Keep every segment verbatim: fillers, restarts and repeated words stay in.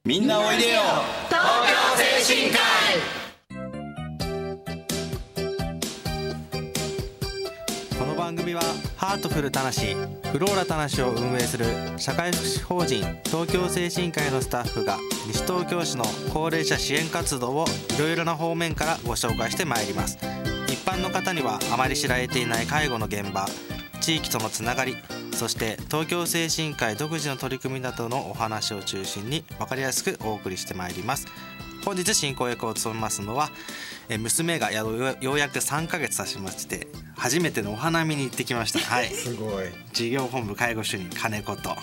みんなおいでよ東京精神科医。この番組はハートフルたなしフローラたなしを運営する社会福祉法人東京精神科医のスタッフが西東京市の高齢者支援活動をいろいろな方面からご紹介してまいります。一般の方にはあまり知られていない介護の現場、地域とのつながり、そして東京精神科医独自の取り組みなどのお話を中心に分かりやすくお送りしてまいります。本日進行役を務めますのはえ娘がようやくさんかげつ経ちまして初めてのお花見に行ってきました。はい、 すごい。 事業本部介護主任金子と、 はい、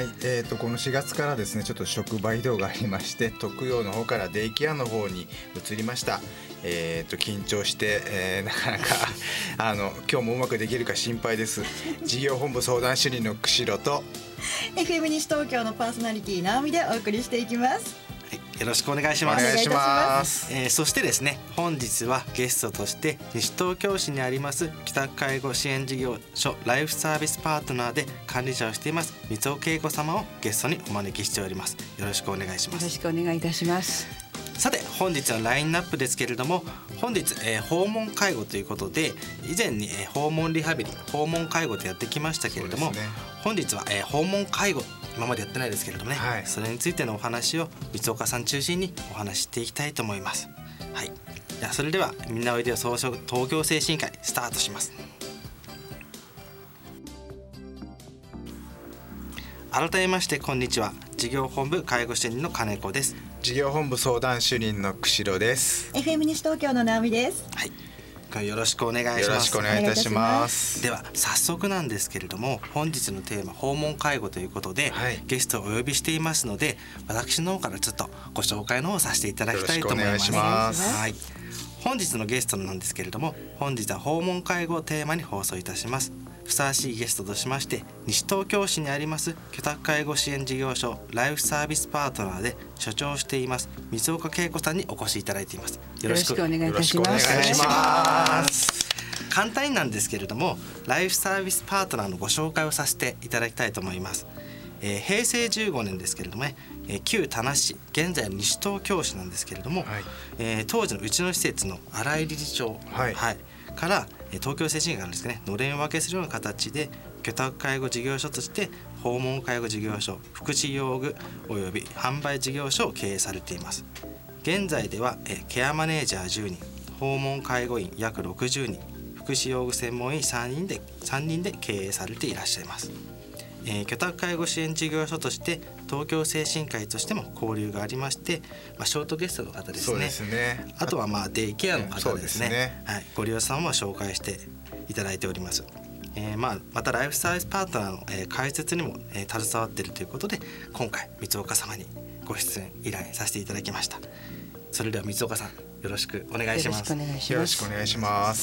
えー、とこのしがつからですねちょっと職場移動がありまして特養の方からデイケアの方に移りました。えー、と緊張して、えー、なかなかあの今日もうまくできるか心配です。事業本部相談主任の釧路とエフエム 西東京のパーソナリティ直美でお送りしていきます。 はい、よろしくお願いします。 お願いします。 えー、そしてですね本日はゲストとして西東京市にあります帰宅介護支援事業所ライフサービスパートナーで管理者をしています三尾恵子様をゲストにお招きしております。よろしくお願いします。 よろしくお願いいたします。 さて本日のラインナップですけれども、本日、えー、訪問介護ということで以前に、えー、訪問リハビリ訪問介護とやってきましたけれども、ね、本日は、えー、訪問介護今までやってないですけれどもね、はい、それについてのお話を三岡さん中心にお話ししていきたいと思います。はい、じゃあそれではみんなおいでよ東京精神科医スタートします。改めましてこんにちは。事業本部介護支援の金子です。 事業本部相談主任の釧路です。 エフエム 西東京の直美です。 はい、よろしくお願いします。 よろしくお願いいたします。 では早速なんですけれども本日のテーマ訪問介護ということで、はい、ゲストをお呼びしていますので私の方からちょっとご紹介の方をさせていただきたいと思います。 よろしくお願いします。 はい、本日のゲストなんですけれども本日は訪問介護をテーマに放送いたします。ふさわしいゲストとしまして西東京市にあります居宅介護支援事業所ライフサービスパートナーで所長をしています三岡恵子さんにお越しいただいています。 よろしくお願いいたします。 よろしくお願いします。 簡単になんですけれどもライフサービスパートナーのご紹介をさせていただきたいと思います。えー、へいせいじゅうごねんですけれどもね、えー、旧田無市現在の西東京市なんですけれども、はい、えー、当時のうちの施設の新井理事長、はいはい、から東京精神科からですねのれん分けするような形で居宅介護事業所として訪問介護事業所福祉用具および販売事業所を経営されています。現在ではえケアマネージャーじゅうにん訪問介護員約ろくじゅうにん福祉用具専門員さんにんでさんにんで経営されていらっしゃいます。えー、居宅介護支援事業所として東京精神科医としても交流がありまして、まあ、ショートゲストの方ですね。 そうですね。 あとはまあデイケアの方ですね。 そうですね。 はい、ご利用さんも紹介していただいております。えー、まあまたライフサービスパートナーの、えー、開設にも、えー、携わっているということで今回三岡様にご出演依頼させていただきました。それでは三岡さんよろしくお願いします。 よろしくお願いします。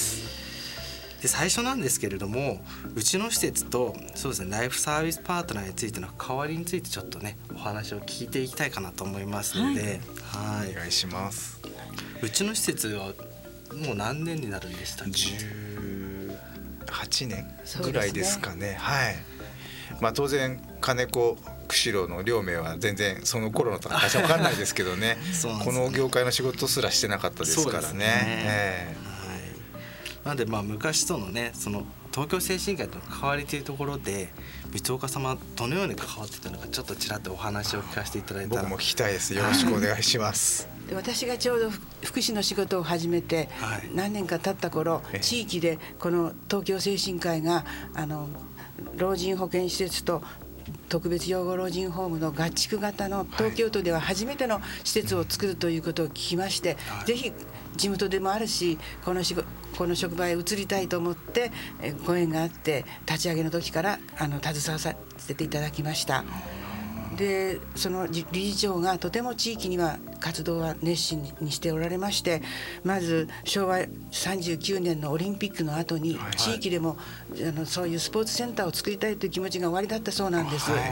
で最初なんですけれどもうちの施設とそうですねライフサービスパートナーについての関わりについてちょっとねお話を聞いていきたいかなと思いますので、はい、はい、 お願いします。 うちの施設はもう何年になるんでしたっけ？ じゅうはちねんぐらいですかね。はい。まあ当然金子釧路の両名は全然その頃の私は分かんないですけどねこの業界の仕事すらしてなかったですからね。えーなのでまあ昔とのねその東京精神科医との関わりというところで三岡様どのように関わっていたのかちょっとちらっとお話を聞かせていただいたら。 僕も聞きたいです。よろしくお願いします。 で私がちょうど福祉の仕事を始めて何年か経った頃、はい、地域でこの東京精神科医があの老人保健施設と特別養護老人ホームの合築型の東京都では初めての施設を作るということを聞きまして、はい、ぜひ地元でもあるしこの仕事この職場へ移りたいと思ってご縁があって立ち上げの時からあの携わさせていただきました。でその理事長がとても地域には活動は熱心にしておられましてまずしょうわさんじゅうきゅうねんのオリンピックの後に地域でも、はいはい、あのそういうスポーツセンターを作りたいという気持ちがおありだったそうなんです。はい、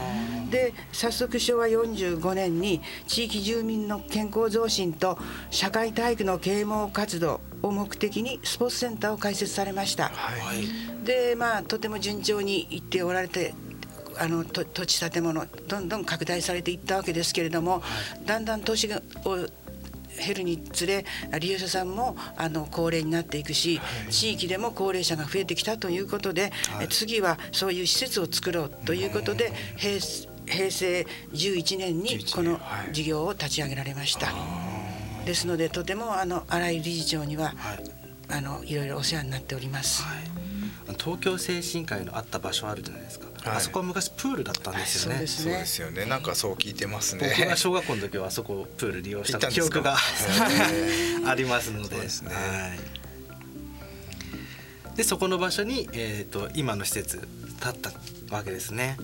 で早速しょうわよんじゅうごねんに地域住民の健康増進と社会体育の啓蒙活動を目的にスポーツセンターを開設されました。はい、でまあとても順調にいっておられてあのと土地建物どんどん拡大されていったわけですけれども、はい、だんだん都市がを減るにつれ利用者さんもあの高齢になっていくし、はい、地域でも高齢者が増えてきたということで、はい、次はそういう施設を作ろうということで、平平成じゅういちねんにこの事業を立ち上げられました。はい、ですのでとてもあの新井理事長には、はい、あのいろいろお世話になっております。はい、 東京精神科医のあった場所あるじゃないですか。はい、あそこは昔プールだったんですよね。 そうですよね。なんかそう聞いてますね。 僕が小学校の時はあそこプール利用した記憶がありますので。そうですね。はい、でそこの場所に、えー、と今の施設建ったわけですね。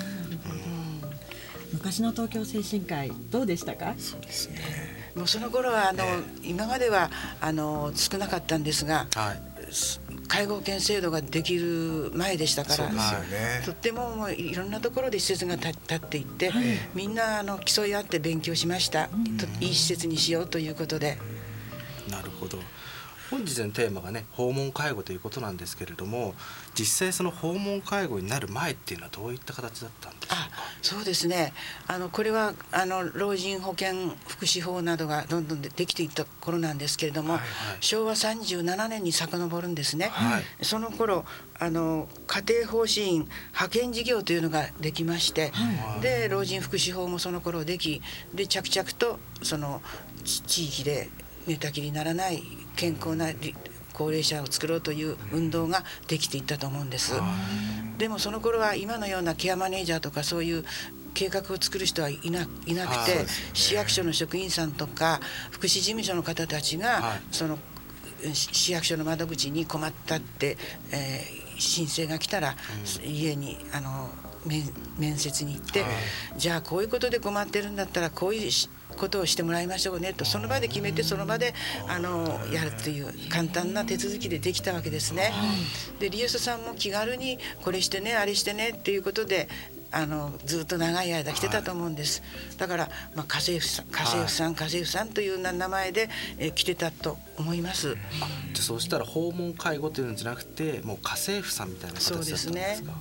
昔の東京精神科医どうでしたか？ そうですね。 もうその頃はあの、ね、今まではあの少なかったんですが、はい、介護保険制度ができる前でしたから、ね、とっても、もういろんなところで施設が立っていって、はい、みんなあの競い合って勉強しました。いい施設にしようということで。 なるほど。本日のテーマがね、訪問介護ということなんですけれども、実際その訪問介護になる前っていうのはどういった形だったんでしょうか？あ、 そうですね。あのこれはあの老人保健福祉法などがどんどんできていった頃なんですけれども、はいはい、しょうわさんじゅうななねんに遡るんですね。はい、その頃あの家庭奉仕員派遣事業というのができまして、はい、で老人福祉法もその頃でき、で着々とその地域で寝たきりにならない健康な高齢者を作ろうという運動ができていったと思うんです。でもその頃は今のようなケアマネージャーとかそういう計画を作る人はいな、いなくて、ね、市役所の職員さんとか福祉事務所の方たちが、はい、その市役所の窓口に困ったって、えー、申請が来たら、うん、家にあの 面, 面接に行って、はい、じゃあこういうことで困ってるんだったらこういうことをしてもらいましょうねと、その場で決めてその場であのやるという簡単な手続きでできたわけですね。で利用者さんも気軽にこれしてねあれしてねっていうことであのずっと長い間来てたと思うんです。だから、まあ、家政婦さん家政婦さん家政婦さんという名前で、え来てたと思います。 じゃそうしたら訪問介護というのじゃなくてもう家政婦さんみたいな形だったんですか？そうですね。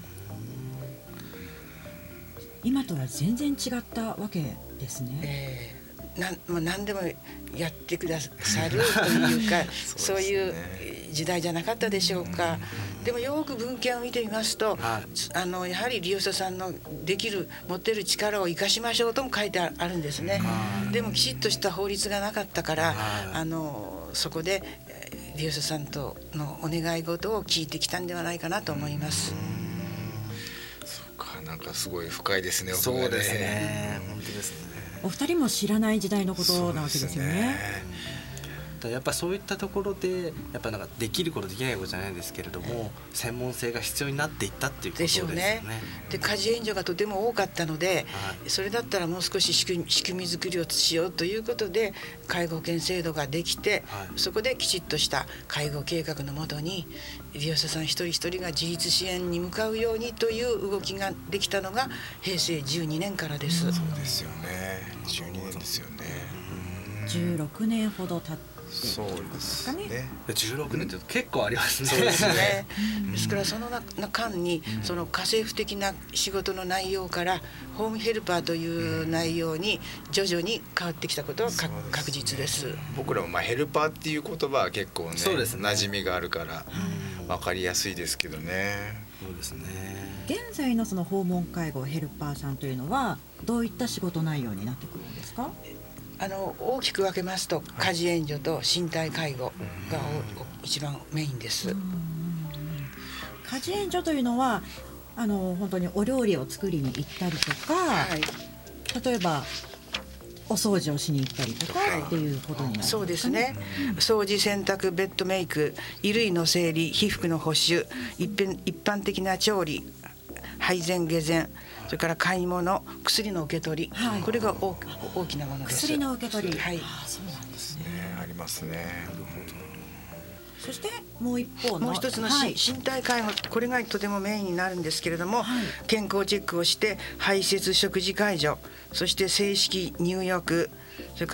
今とは全然違ったわけですね。 えー、なんまあ、何でもやってくださるというかそういう時代じゃなかったでしょうか。でもよく文献を見てみますと、はい、あのやはり利用者さんのできる持っている力を生かしましょうとも書いてあるんですね。でもきちっとした法律がなかったから、あのそこで利用者さんとのお願い事を聞いてきたんではないかなと思います。 なんかすごい深いですね。 そうですね。本当ですね。 お二人も知らない時代のことなわけですよね。 やっぱそういったところでやっぱなんかできることできないことじゃないんですけれども、専門性が必要になっていったっていうことですよね。でしょうね。 で家事援助がとても多かったので、はい、それだったらもう少し仕組み、仕組み作りをしようということで介護保険制度ができて、はい、そこできちっとした介護計画のもとに利用者さん一人一人が自立支援に向かうようにという動きができたのが平成じゅうにねんからです。 そうですよね。じゅうにねんですよね。 じゅうろくねんほど経ってそうですね。 じゅうろくねんって結構ありますね。 そうですね。ですからその間にその家政婦的な仕事の内容からホームヘルパーという内容に徐々に変わってきたことは確実です。 僕らもまあヘルパーっていう言葉は結構ね、馴染みがあるから分かりやすいですけどね。 そうですね。 現在のその訪問介護ヘルパーさんというのはどういった仕事内容になってくるんですか？ あの大きく分けますと家事援助と身体介護が一番メインです。 家事援助というのはあの本当にお料理を作りに行ったりとか、はい、例えばお掃除をしに行ったりとかっていうことになるんですかね。 そうですね。掃除、洗濯、ベッドメイク、衣類の整理、皮膚の保守、一般、一般的な調理、配膳下膳、それから買い物、薬の受け取り、はい、これが 大, 大きなものです。 薬の受け取り、 はい、 あ、そうなんですね。 ありますね。 そしてもう一方のもう一つの、はい、身体介護、これがとてもメインになるんですけれども、はい、健康チェックをして排泄食事介助、そして正式入浴、それから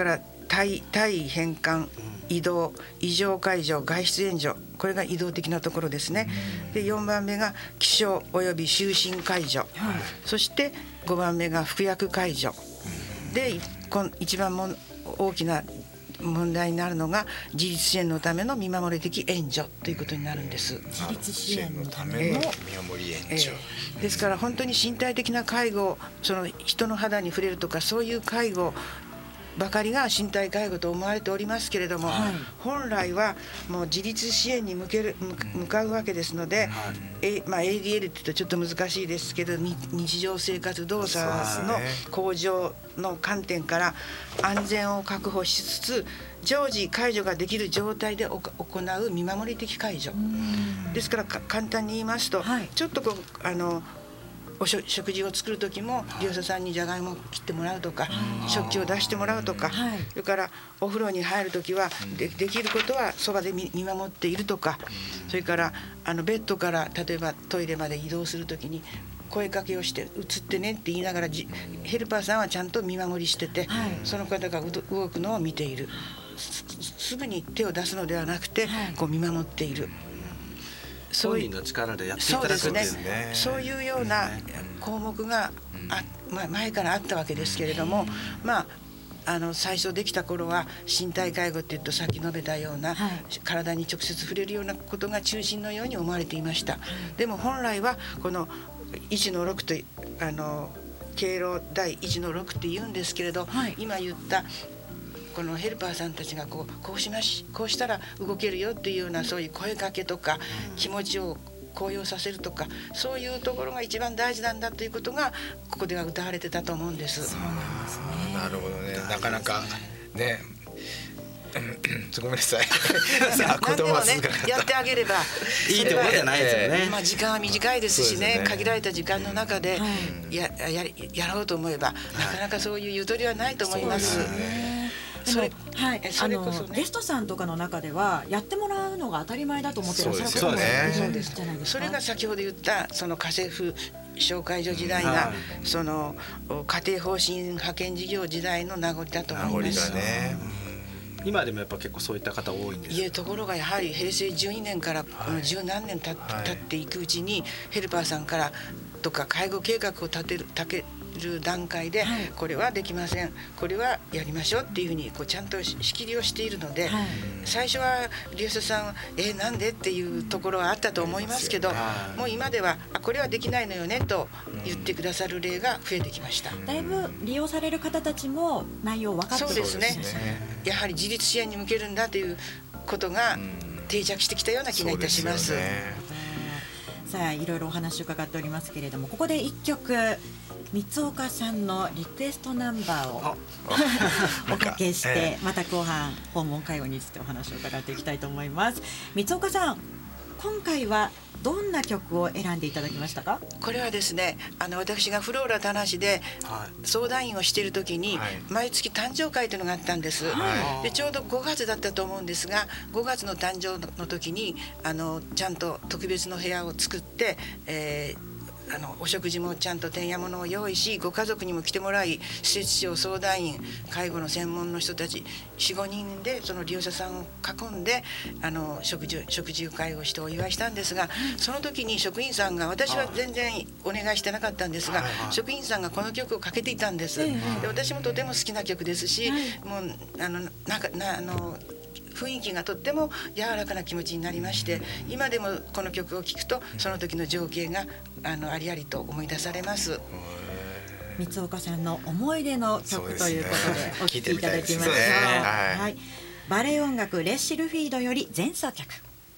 退退返還移動異常介助外出援助、これが移動的なところですね。でよんばんめが起床および就寝介助、はい、そしてごばんめが服薬介助で、一番も大きな問題になるのが自立支援のための見守り的援助ということになるんです。 自立支援のための見守り援助、 えー、ですから本当に身体的な介護、その人の肌に触れるとかそういう介護ばかりが身体介護と思われておりますけれども、はい、本来はもう自立支援に向ける向かうわけですので、えまあ、エーディーエル って言うとちょっと難しいですけど、日常生活動作の向上の観点から安全を確保しつつ常時介助ができる状態で行う見守り的介助ですから、簡単に言いますと、はい、ちょっとこうあのお食事を作る時も利用者さんにじゃがいもを切ってもらうとか、食器を出してもらうとか、はい、それからお風呂に入る時は で, できることはそばで 見, 見守っているとか、それからあのベッドから例えばトイレまで移動する時に声かけをして移ってねって言いながらじヘルパーさんはちゃんと見守りしてて、はい、その方が動くのを見ている、 す, すぐに手を出すのではなくて、はい、こう見守っている、 本人の力でやっていただくんですね。 そうですね。そういうような項目があ、まあ、前からあったわけですけれども、まああの最初できた頃は身体介護っていうとさっき述べたような、はい、体に直接触れるようなことが中心のように思われていました。でも本来はこのいちのろくとあの経路第いちのろくって言うんですけれど、はい、今言ったこのヘルパーさんたちがこう、こうしまし、こうしたら動けるよっていうようなそういう声かけとか気持ちを高揚させるとか、そういうところが一番大事なんだということがここでは歌われてたと思うんです。 そうなんですね。なるほどね。なかなかね。ごめんなさい。 何でもねやってあげればいいところじゃないですよね。 まあ時間は短いですしね、限られた時間の中でやややろうと思えばなかなかそういうゆとりはないと思います。 それはい、それこそね、ゲストさんとかの中ではやってもらうのが当たり前だと思ってらっしゃる方もいるんですじゃないですか。 それが先ほど言ったその家政婦紹介所時代が、うん、その家庭方針派遣事業時代の名残だと思います。 今でもやっぱ結構そういった方多いんですか。 いえ、ところがやはり平成じゅうにねんからこの十何年たっていくうちにヘルパーさんからとか介護計画を立てる立てる段階で、はい、これはできません、これはやりましょうっていうふうにこうちゃんと仕切りをしているので、はい、最初は利用者さんはえー、なんでっていうところはあったと思いますけど、もう今ではあこれはできないのよねと言ってくださる例が増えてきました。 だいぶ利用される方たちも内容分かってるんですね。 そうですね。やはり自立支援に向けるんだということが定着してきたような気がいたします。 さあいろいろお話を伺っておりますけれども、ここで一曲三岡さんのリクエストナンバーをおかけして、また後半訪問介護についてお話を伺っていきたいと思います。三岡さん、今回はどんな曲を選んでいただきましたか？ これはですね、あの私がフローラ田無で相談員をしている時に、はい、毎月誕生会というのがあったんです、はい、でちょうどごがつだったと思うんですが、ごがつの誕生の時にあのちゃんと特別の部屋を作って、えーあのお食事もちゃんとてんやものを用意し、ご家族にも来てもらい、施設長、相談員、介護の専門の人たち よん、ごにんでその利用者さんを囲んであの食事食事会をしてお祝いしたんですが、その時に職員さんが、私は全然お願いしてなかったんですが、職員さんがこの曲をかけていたんです。で私もとても好きな曲ですし、もうあのなんかなあの雰囲気がとっても柔らかな気持ちになりまして、今でもこの曲を聴くとその時の情景があのありありと思い出されます。 三岡さんの思い出の曲ということでお聴きいただきましょう。はいはい、バレエ音楽レッシルフィードより前奏曲。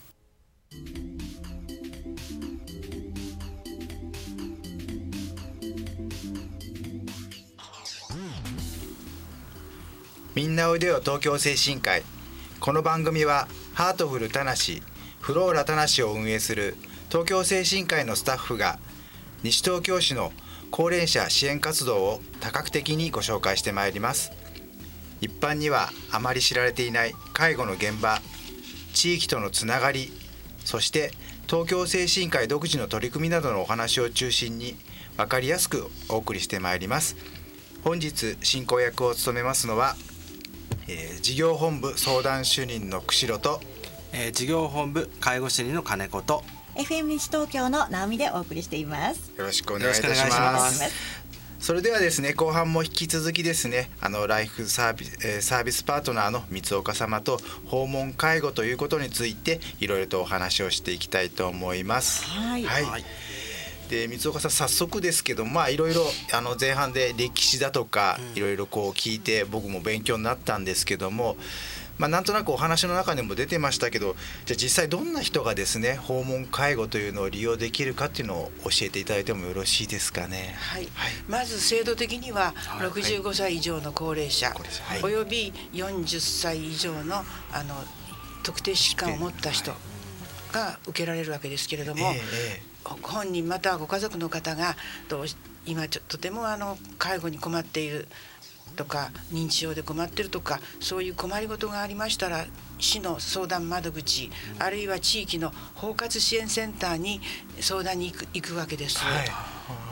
みんなおいでよ東京精神科医。この番組はハートフル田無、フローラ田無を運営する東京精神科医のスタッフが西東京市の高齢者支援活動を多角的にご紹介してまいります。一般にはあまり知られていない介護の現場、地域とのつながり、そして東京精神科医独自の取り組みなどのお話を中心に分かりやすくお送りしてまいります。本日進行役を務めますのはえー、事業本部相談主任の釧路と、 えー、事業本部介護主任の金子とエフエム 西東京の直美でお送りしています。 よろしくお願いいたします。それではですね、後半も引き続きですね、あのライフサービス、えー、サービスパートナーの三岡様と訪問介護ということについていろいろとお話をしていきたいと思います。 はい、 はい、で三岡さん、早速ですけど、まあいろいろあの前半で歴史だとかいろいろこう聞いて僕も勉強になったんですけども、まあ、なんとなくお話の中でも出てましたけど、じゃあ実際どんな人がですね訪問介護というのを利用できるかっていうのを教えていただいてもよろしいですかね。 はい、はい、まず制度的にはろくじゅうごさい以上の高齢者、はい、およびよんじゅっさい以上の、あの特定疾患を持った人が受けられるわけですけれども、えーえー、本人またはご家族の方がどう今ちょとてもあの介護に困っているとか認知症で困ってるとか、そういう困りごとがありましたら市の相談窓口、あるいは地域の包括支援センターに相談に行く、行くわけです、はい、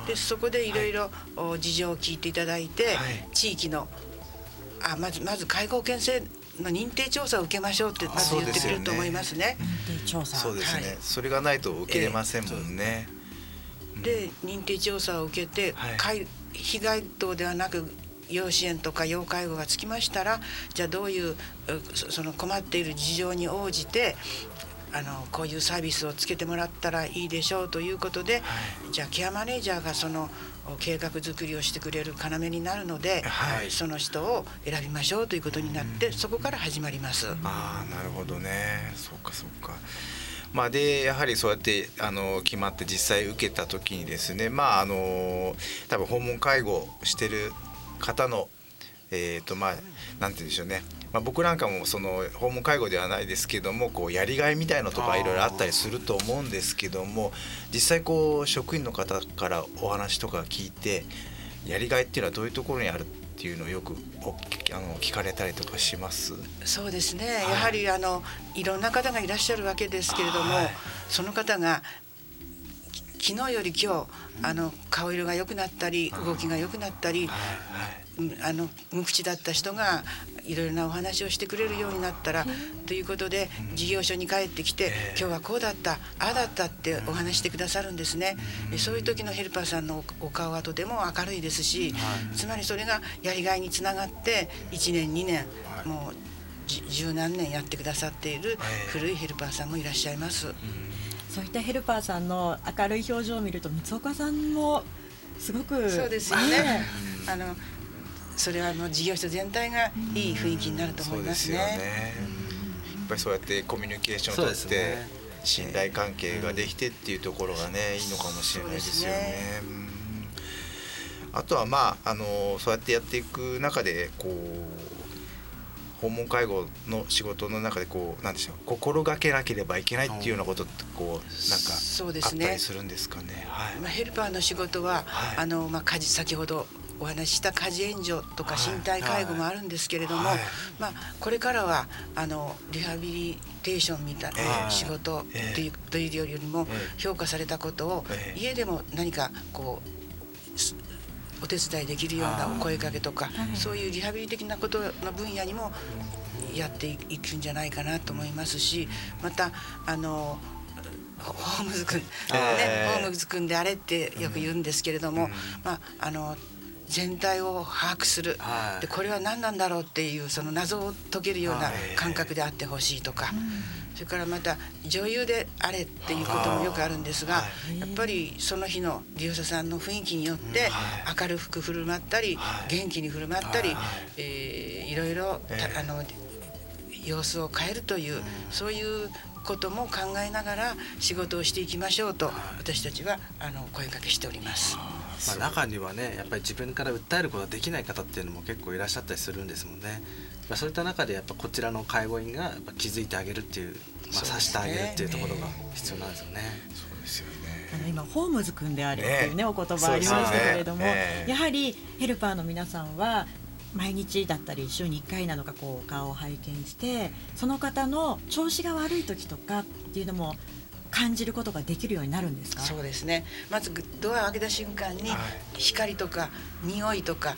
でそこでいろいろ事情を聞いていただいて、はい、地域のあまずまず介護保険制の認定調査を受けましょうってまず言ってくれると思いますね。 認定調査、 そうですね、はい、それがないと受けれませんもんね、 えー、で認定調査を受けて、はい、被害等ではなく要支援とか要介護がつきましたら、じゃあどういうその困っている事情に応じてあのこういうサービスをつけてもらったらいいでしょうということで、はい、じゃあケアマネージャーがその計画作りをしてくれる要になるので、はい、その人を選びましょうということになって、うん、そこから始まります。 ああ、なるほどね。そうかそうか。まあ、でやはりそうやってあの決まって実際受けた時にですね、まああの多分訪問介護してる方のえーとまあなんて言うんでしょうね、まあ、僕なんかもその訪問介護ではないですけどもこうやりがいみたいのとかいろいろあったりすると思うんですけども、実際こう職員の方からお話とか聞いてやりがいっていうのはどういうところにあるっていうのをよくおあの聞かれたりとかします？ そうですね、はい、やはりあのいろんな方がいらっしゃるわけですけれども、はい、その方が昨日より今日あの顔色が良くなったり動きが良くなったり、あの無口だった人がいろいろなお話をしてくれるようになったらということで、事業所に帰ってきて今日はこうだったああだったってお話してくださるんですね。そういう時のヘルパーさんのお顔はとても明るいですし、つまりそれがやりがいにつながっていちねんにねんもう十何年やってくださっている古いヘルパーさんもいらっしゃいます。 そういったヘルパーさんの明るい表情を見ると三岡さんもすごくそうですよね。あのそれはもう事業所全体がいい雰囲気になると思いますね。 そうですよね。やっぱりそうやってコミュニケーションをとって信頼関係ができてっていうところがね、いいのかもしれないですよね。あとはまああのそうやってやっていく中でこう訪問介護の仕事の中でこうなんでしょう、心がけなければいけないっていうようなことってこうなんかあったりするんですかね。はい、 まあ、ヘルパーの仕事は、はい、あのまあ家事先ほどお話しした家事援助とか身体介護もあるんですけれども、はいはい、まあ、これからはあのリハビリテーションみたいな仕事という、というよりも評価されたことを家でも何かこうお手伝いできるようなお声かけとか、そういうリハビリ的なことの分野にもやっていくんじゃないかなと思いますし、またあのホームズ君、ね、ホームズ君であれってよく言うんですけれども、まああの全体を把握する、でこれは何なんだろうっていうその謎を解けるような感覚であってほしいとか、それからまた女優であれっていうこともよくあるんですが、やっぱりその日の利用者さんの雰囲気によって明るく振る舞ったり元気に振る舞ったり、えー、いろいろあの様子を変えるという、そういうことも考えながら仕事をしていきましょうと私たちはあの声かけしております。 まあ、中にはねやっぱり自分から訴えることができない方っていうのも結構いらっしゃったりするんですもんね。まあ、そういった中でやっぱこちらの介護員がやっぱ気づいてあげるっていう、まあ、さしてあげるっていうところが必要なんですよね。 そうですよね。 あの今ホームズ君であれっていうね、ね、お言葉ありましたけれども、ね、やはりヘルパーの皆さんは毎日だったり週にいっかいなのかこう顔を拝見して、その方の調子が悪い時とかっていうのも感じることができるようになるんですか？ そうですね。まずドアを開けた瞬間に光とか匂いとか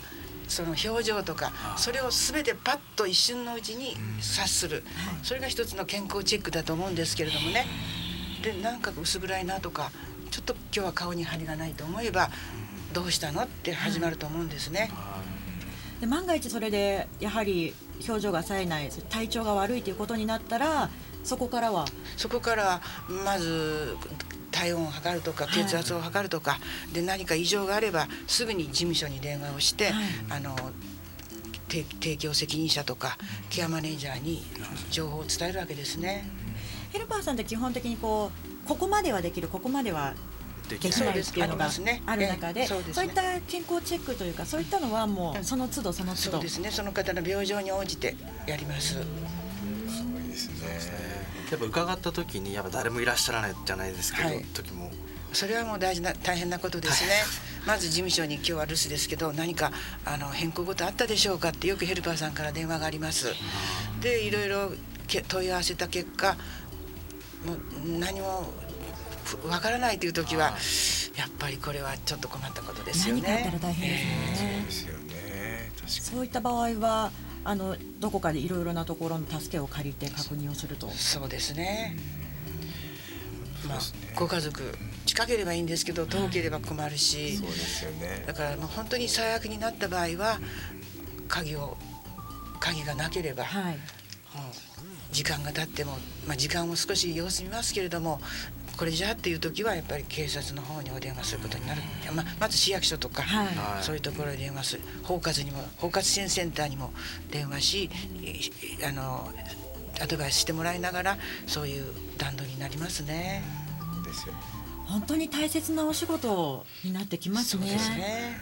その表情とかそれを全てパッと一瞬のうちに察する、それが一つの健康チェックだと思うんですけれどもね。でなんか薄暗いなとかちょっと今日は顔に張りがないと思えばどうしたのって始まると思うんですね。 で万が一それでやはり表情が冴えない、体調が悪いということになったら、そこからはそこからはまず体温を測るとか血圧を測るとか、はい、で何か異常があればすぐに事務所に電話をして、はい、あの提供責任者とかケアマネージャーに情報を伝えるわけですね。 ヘルパーさんって基本的にこうここまではできる、ここまではできないっていうのがある中で、そういった健康チェックというかそういったのはもうその都度その都度、 そうですね、その方の病状に応じてやります。 すごいですね。 やっぱ伺った時にやっぱ誰もいらっしゃらないじゃないですけど、はい、時もそれはもう大事な大変なことですね。まず事務所に今日は留守ですけど何かあの変更事あったでしょうかってよくヘルパーさんから電話があります。でいろいろ問い合わせた結果もう何もわからないという時はやっぱりこれはちょっと困ったことですよね。 何かあったら大変ですね。 えー、そうですよね。確かにそういった場合はあのどこかでいろいろなところの助けを借りて確認をすると。 そうですね。まあ、ご家族近ければいいんですけど遠ければ困るし、 そうですよね。 だからもう本当に最悪になった場合は鍵を鍵がなければ、はい、時間が経っても、まあ、時間も少し様子見ますけれどもこれじゃっていう時はやっぱり警察の方にお電話することになる、まあ、まず市役所とか、はい、そういうところに電話する、包括にも包括支援センターにも電話しあのアドバイスしてもらいながらそういう段取りになりますね。 ですよ。 本当に大切なお仕事になってきますね。 そうですね。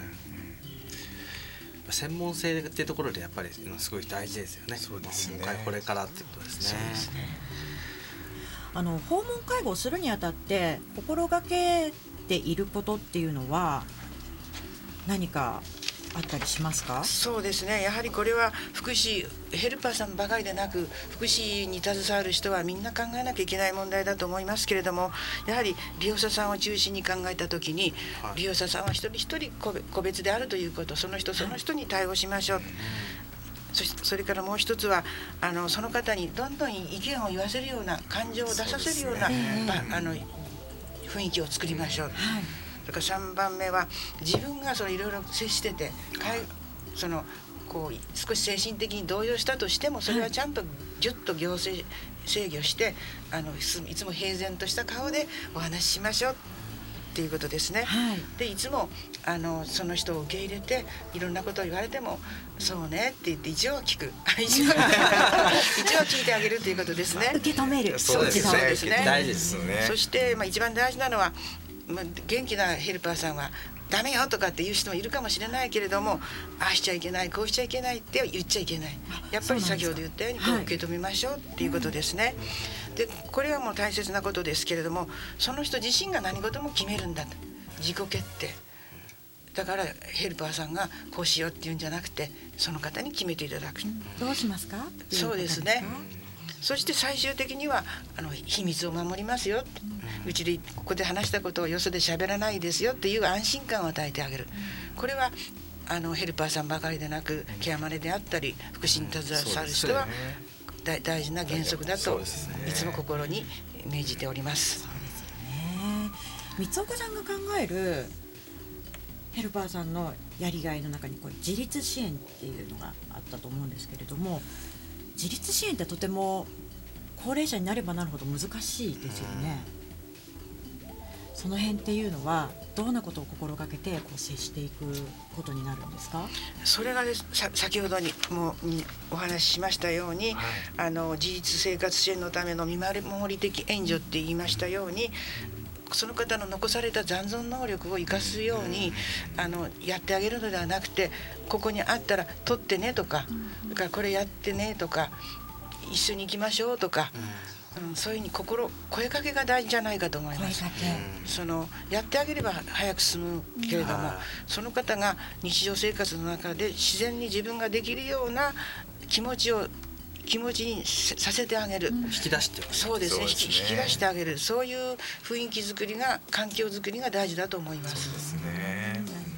専門性っていうところでやっぱりすごい大事ですよね。 そうですね。 これからっていうことですね。 そうですね。 あの訪問介護をするにあたって心がけていることっていうのは何かあったりしますか？ そうですね、やはりこれは福祉ヘルパーさんばかりでなく福祉に携わる人はみんな考えなきゃいけない問題だと思いますけれども、やはり利用者さんを中心に考えた時に、はい、利用者さんは一人一人個別であるということ、その人その人に対応しましょう、はい、そしそれからもう一つはあのその方にどんどん意見を言わせるような感情を出させるような、ね、あの雰囲気を作りましょう、はい、それからさんばんめは自分がそのいろいろ接しててそのこう少し精神的に動揺したとしてもそれはちゃんとギュッと行政制御してあのいつも平然とした顔でお話ししましょうっていうことですね、はい、でいつもあのその人を受け入れていろんなことを言われてもそうねって言って一応聞く一応一応聞いてあげるということですね。 受け止める。 そうですね。 ですね。大事ですね。 そして、まあ、一番大事なのは、まあ、元気なヘルパーさんはダメよとかって言う人もいるかもしれないけれども、ああしちゃいけないこうしちゃいけないって言っちゃいけない、やっぱり先ほど言ったようにこう受け止めましょうっていうことですね、はい、でこれはもう大切なことですけれども、その人自身が何事も決めるんだと、自己決定だからヘルパーさんがこうしようっていうんじゃなくてその方に決めていただく、 どうしますか？ そうですね。そして最終的にはあの秘密を守りますよ、うん、うちでここで話したことをよそで喋らないですよっていう安心感を与えてあげる、うん、これはあのヘルパーさんばかりでなくケアマネであったり福祉に携わる人は、うんね、大事な原則だと、ね、いつも心に銘じております。 そうですよね。三岡さんが考えるヘルパーさんのやりがいの中にこれ自立支援っていうのがあったと思うんですけれども、自立支援ってとても高齢者になればなるほど難しいですよね。その辺っていうのはどんなことを心がけてこう接していくことになるんですか？ それがですさ先ほどにもにお話ししましたように、はい、あの自立生活支援のための見守り的援助って言いましたように、その方の残された残存能力を生かすようにあのやってあげるのではなくて、ここにあったら取ってねとか、それからこれやってねとか一緒に行きましょうとか、うん、そういうふうに心声かけが大事じゃないかと思います。そのやってあげれば早く進むけれども、その方が日常生活の中で自然に自分ができるような気持ちを気持ちにさせてあげる、うん、 引き出して、 そうですね、引き、引き出してあげる、そういう雰囲気作りが環境作りが大事だと思います。 そうですね。 なるほど。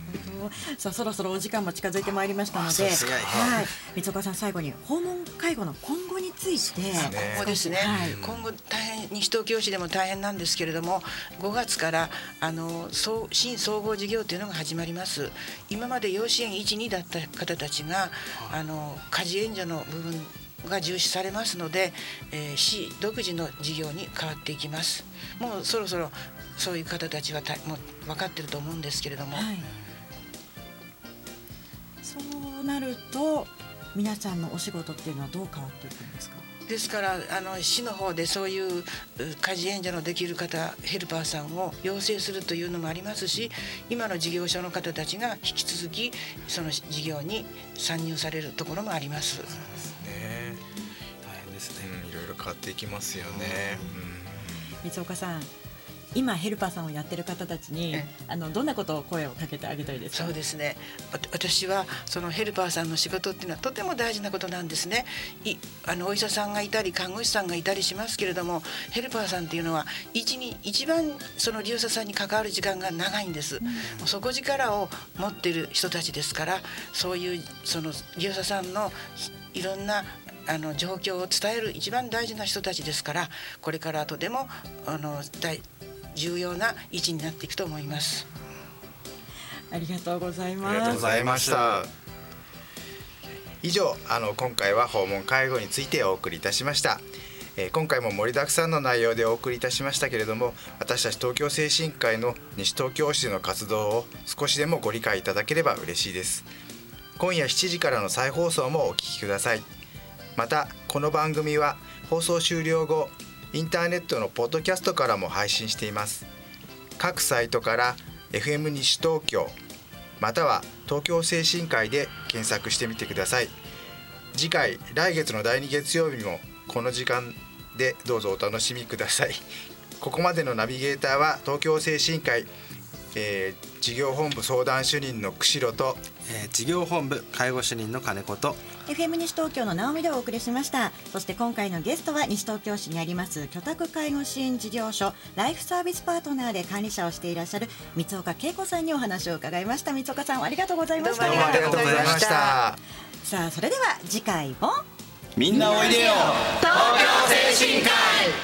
さあそろそろお時間も近づいてまいりましたので、はい、三岡さん最後に訪問介護の今後について。 今後ですね、はい、今後大変西東京市でも大変なんですけれども、ごがつからあの新総合事業というのが始まります。今まで養子縁いち、にだった方たちがあの家事援助の部分が重視されますので、えー、市独自の事業に変わっていきます。もうそろそろそういう方たちはたもう分かってると思うんですけれども、はい、 そうなると皆さんのお仕事っていうのはどう変わっていくんですか？ ですからあの市の方でそういう家事援助のできる方ヘルパーさんを養成するというのもありますし、今の事業所の方たちが引き続きその事業に参入されるところもあります。そうですね、大変ですね、うん、いろいろ変わっていきますよね、 うん、三岡さん、今ヘルパーさんをやってる方たちにあのどんなことを声をかけてあげたいですか？ そうですね、私はそのヘルパーさんの仕事っていうのはとても大事なことなんですね。いあのお医者さんがいたり看護師さんがいたりしますけれども、ヘルパーさんっていうのは一に一番その利用者さんに関わる時間が長いんです、うん、もう底力を持っている人たちですから、そういうその利用者さんのいろんなあの状況を伝える一番大事な人たちですから、これからとてもあの大重要な位置になっていくと思います。 ありがとうございます。 ありがとうございました。以上、あの今回は訪問介護についてお送りいたしました。えー、今回も盛りだくさんの内容でお送りいたしましたけれども、私たち東京精神科医の西東京市の活動を少しでもご理解いただければ嬉しいです。今夜しちじからの再放送もお聞きください。またこの番組は放送終了後、インターネットのポッドキャストからも配信しています。各サイトから エフエム 西東京または東京精神科医で検索してみてください。次回来月のだいに月曜日もこの時間でどうぞお楽しみください。ここまでのナビゲーターは東京精神科医、えー、事業本部相談主任の釧路と、 えー、事業本部介護主任の金子とエフエム 西東京の直美でお送りしました。そして今回のゲストは西東京市にあります居宅介護支援事業所ライフサービスパートナーで管理者をしていらっしゃる三岡恵子さんにお話を伺いました。三岡さん、ありがとうございました。 どうもありがとうございました。 さあ、それでは次回もみんなおいでよ東京精神科医。